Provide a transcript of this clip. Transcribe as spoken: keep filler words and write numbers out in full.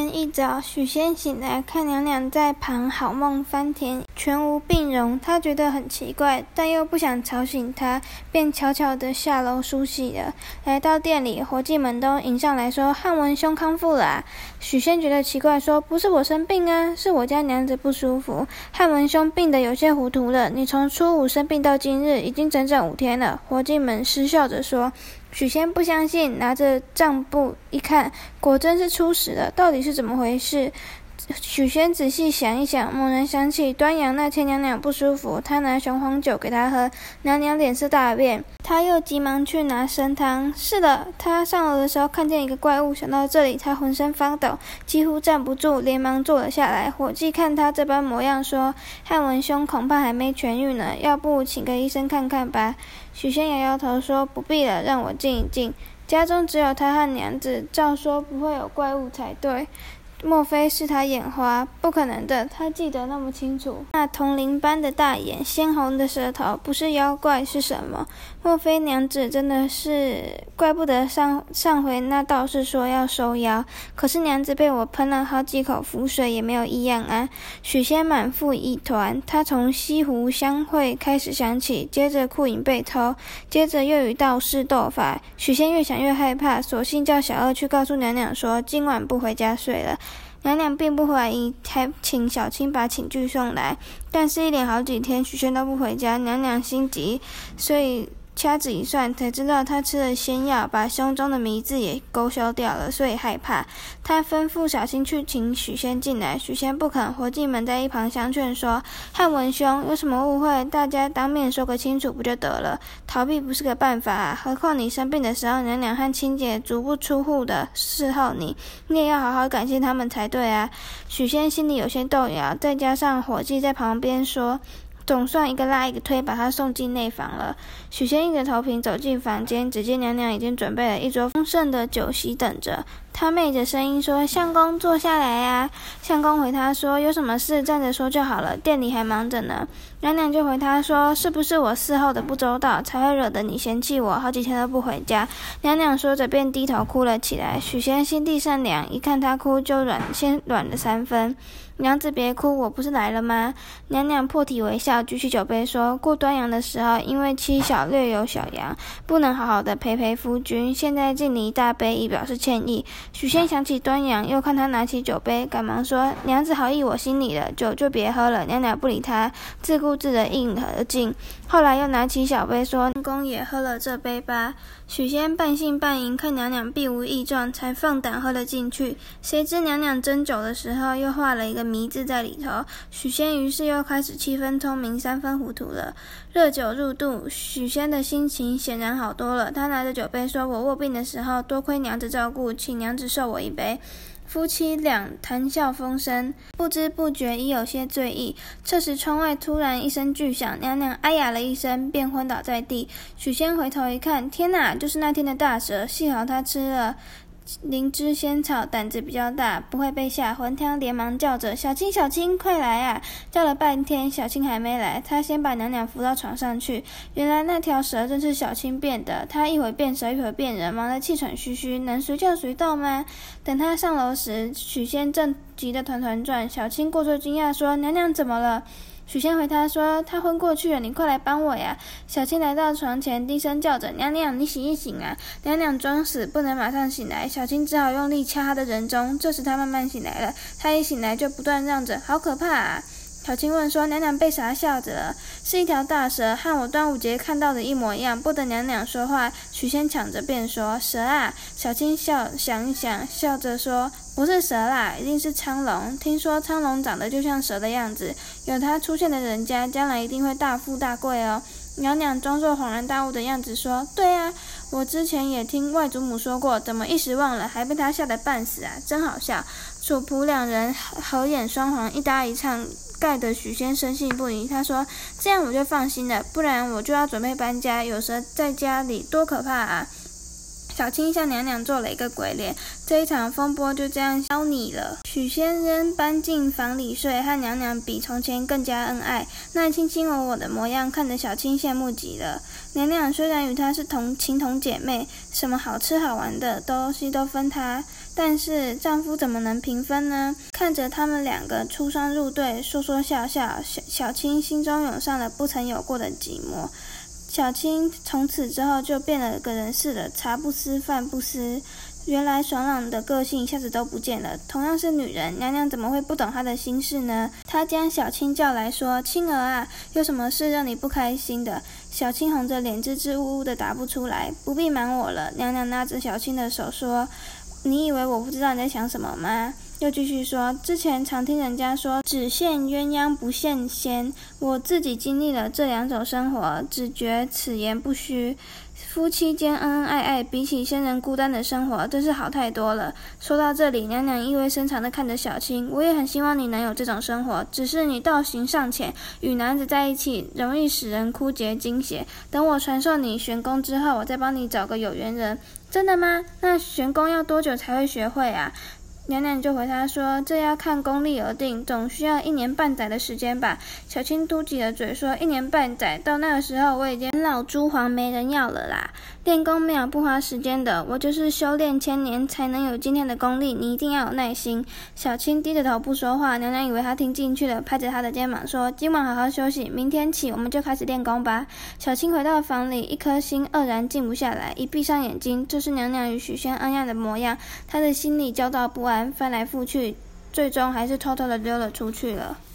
天一早，许仙醒来，看娘娘在旁好梦翻田，全无病容。他觉得很奇怪，但又不想吵醒她，便悄悄地下楼梳洗了。来到店里，伙计们都迎上来说：“汉文兄康复了啊。”许仙觉得奇怪，说：“不是我生病啊，是我家娘子不舒服。汉文兄病得有些糊涂了，你从初五生病到今日，已经整整五天了。”伙计们失笑着说。许仙不相信，拿着账簿一看，果真是初十了，到底是怎么回事？许仙仔细想一想，猛然想起端阳那天娘娘不舒服，他拿雄黄酒给她喝，娘娘脸色大变，他又急忙去拿参汤。是的，他上楼的时候看见一个怪物，想到这里，他浑身发抖，几乎站不住，连忙坐了下来。伙计看他这般模样，说：“汉文兄恐怕还没痊愈呢，要不请个医生看看吧。”许仙摇摇头说：“不必了，让我静一静。家中只有他和娘子，照说不会有怪物才对。莫非是他眼花？不可能的，他记得那么清楚。那铜铃般的大眼，鲜红的舌头，不是妖怪是什么？莫非娘子真的是？怪不得上上回那道士说要收妖，可是娘子被我喷了好几口符水，也没有异样啊。”许仙满腹疑团，他从西湖相会开始想起，接着库影被偷，接着又与道士斗法。许仙越想越害怕，索性叫小二去告诉娘娘说今晚不回家睡了。娘娘并不怀疑，还请小青把寝具送来，但是一连好几天许仙都不回家，娘娘心急，所以掐指一算，才知道他吃了仙药，把胸中的迷字也勾销掉了，所以害怕。他吩咐小青去请许仙进来，许仙不肯，伙计们在一旁相劝说：“汉文兄，有什么误会，大家当面说个清楚不就得了？逃避不是个办法啊！何况你生病的时候，娘娘和亲姐足不出户的侍候你，你也要好好感谢他们才对啊！”许仙心里有些动摇，再加上伙计在旁边说，总算一个拉一个推，把他送进内房了。许仙硬着头皮走进房间，只见娘娘已经准备了一桌丰盛的酒席等着。他昧着声音说：“相公，坐下来啊。”相公回他说：“有什么事站着说就好了，店里还忙着呢。”娘娘就回他说：“是不是我伺候的不周到，才会惹得你嫌弃我，好几天都不回家？”娘娘说着便低头哭了起来。许仙心地善良，一看她哭就软，先软了三分。娘子别哭，我不是来了吗？娘娘破涕为笑，举起酒杯说：“过端阳的时候，因为妻小略有小恙，不能好好的陪陪夫君，现在敬你一大杯，以表示歉意。”许仙想起端阳，又看他拿起酒杯，赶忙说：“娘子好意我心里了，酒就别喝了。”娘娘不理他，自顾自的应和敬。后来又拿起小杯说：“相公也喝了这杯吧。”许仙半信半疑，看娘娘必无异状，才放胆喝了进去。谁知娘娘斟酒的时候，又画了一个迷字在里头。许仙于是又开始七分聪明，三分糊涂了。热酒入肚，许仙的心情显然好多了。他拿着酒杯说：“我卧病的时候，多亏娘子照顾，请娘子受我一杯。”夫妻俩谈笑风生，不知不觉已有些醉意。这时窗外突然一声巨响，娘娘哎呀了一声，便昏倒在地。许仙回头一看，天哪，就是那天的大蛇，幸好他吃了灵芝仙草，胆子比较大，不会被吓昏。他连忙叫着：“小青，小青，快来啊！”叫了半天，小青还没来。他先把娘娘扶到床上去。原来那条蛇正是小青变的，他一会变蛇，一会变人，忙得气喘吁吁，能随叫随到吗？等他上楼时，许仙正急得团团转。小青过作惊讶说：“娘娘怎么了？”许仙回他说：“他昏过去了，你快来帮我呀！”小青来到床前，低声叫着：“娘娘，你醒一醒啊！”娘娘装死，不能马上醒来，小青只好用力掐她的人中。这时她慢慢醒来了，她一醒来就不断嚷着：“好可怕啊！”小青问说：“娘娘被啥吓着了？”是一条大蛇，和我端午节看到的一模一样。不等娘娘说话，许仙抢着便说：“蛇啊！”小青笑想一想，笑着说：“不是蛇啦，一定是苍龙。听说苍龙长得就像蛇的样子，有它出现的人家，将来一定会大富大贵哦。”娘娘装作恍然大悟的样子说：“对啊，我之前也听外祖母说过，怎么一时忘了，还被她吓得半死啊，真好笑。”主仆两人合眼双簧，一搭一唱，盖得许仙深信不疑。他说：“这样我就放心了，不然我就要准备搬家，有蛇在家里多可怕啊！” 小青向娘娘做了一个鬼脸，这一场风波就这样消弭了。许仙人搬进房里睡，和娘娘比从前更加恩爱，那卿卿我我的模样看得小青羡慕极了。娘娘虽然与她是同情同姐妹，什么好吃好玩的东西都分她，但是丈夫怎么能平分呢？看着他们两个出双入对，说说笑笑，小小青心中涌上了不曾有过的寂寞。小青从此之后就变了个人似的，茶不思饭不思，原来爽朗的个性一下子都不见了。同样是女人，娘娘怎么会不懂她的心事呢？她将小青叫来说：“青儿啊，有什么事让你不开心的？”小青红着脸支支吾吾的答不出来。不必瞒我了，娘娘拉着小青的手说：“你以为我不知道你在想什么吗？”又继续说，之前常听人家说只羡鸳鸯不羡仙，我自己经历了这两种生活，只觉此言不虚。夫妻间恩恩爱爱，比起仙人孤单的生活，真是好太多了。说到这里，娘娘意味深长地看着小青，我也很希望你能有这种生活，只是你道行尚浅，与男子在一起容易使人枯竭精血。等我传授你玄功之后，我再帮你找个有缘人。真的吗？那玄功要多久才会学会啊？娘娘就回他说，这要看功力而定，总需要一年半载的时间吧。小青嘟起了嘴说，一年半载，到那个时候我已经老珠黄没人要了啦。练功没有不花时间的，我就是修炼千年才能有今天的功力，你一定要有耐心。小青低着头不说话，娘娘以为她听进去了，拍着她的肩膀说，今晚好好休息，明天起我们就开始练功吧。小青回到房里，一颗心愕然静不下来，一闭上眼睛，这是娘娘与许仙恩爱的模样，她的心里焦躁不安，翻来覆去，最终还是偷偷的溜了出去了。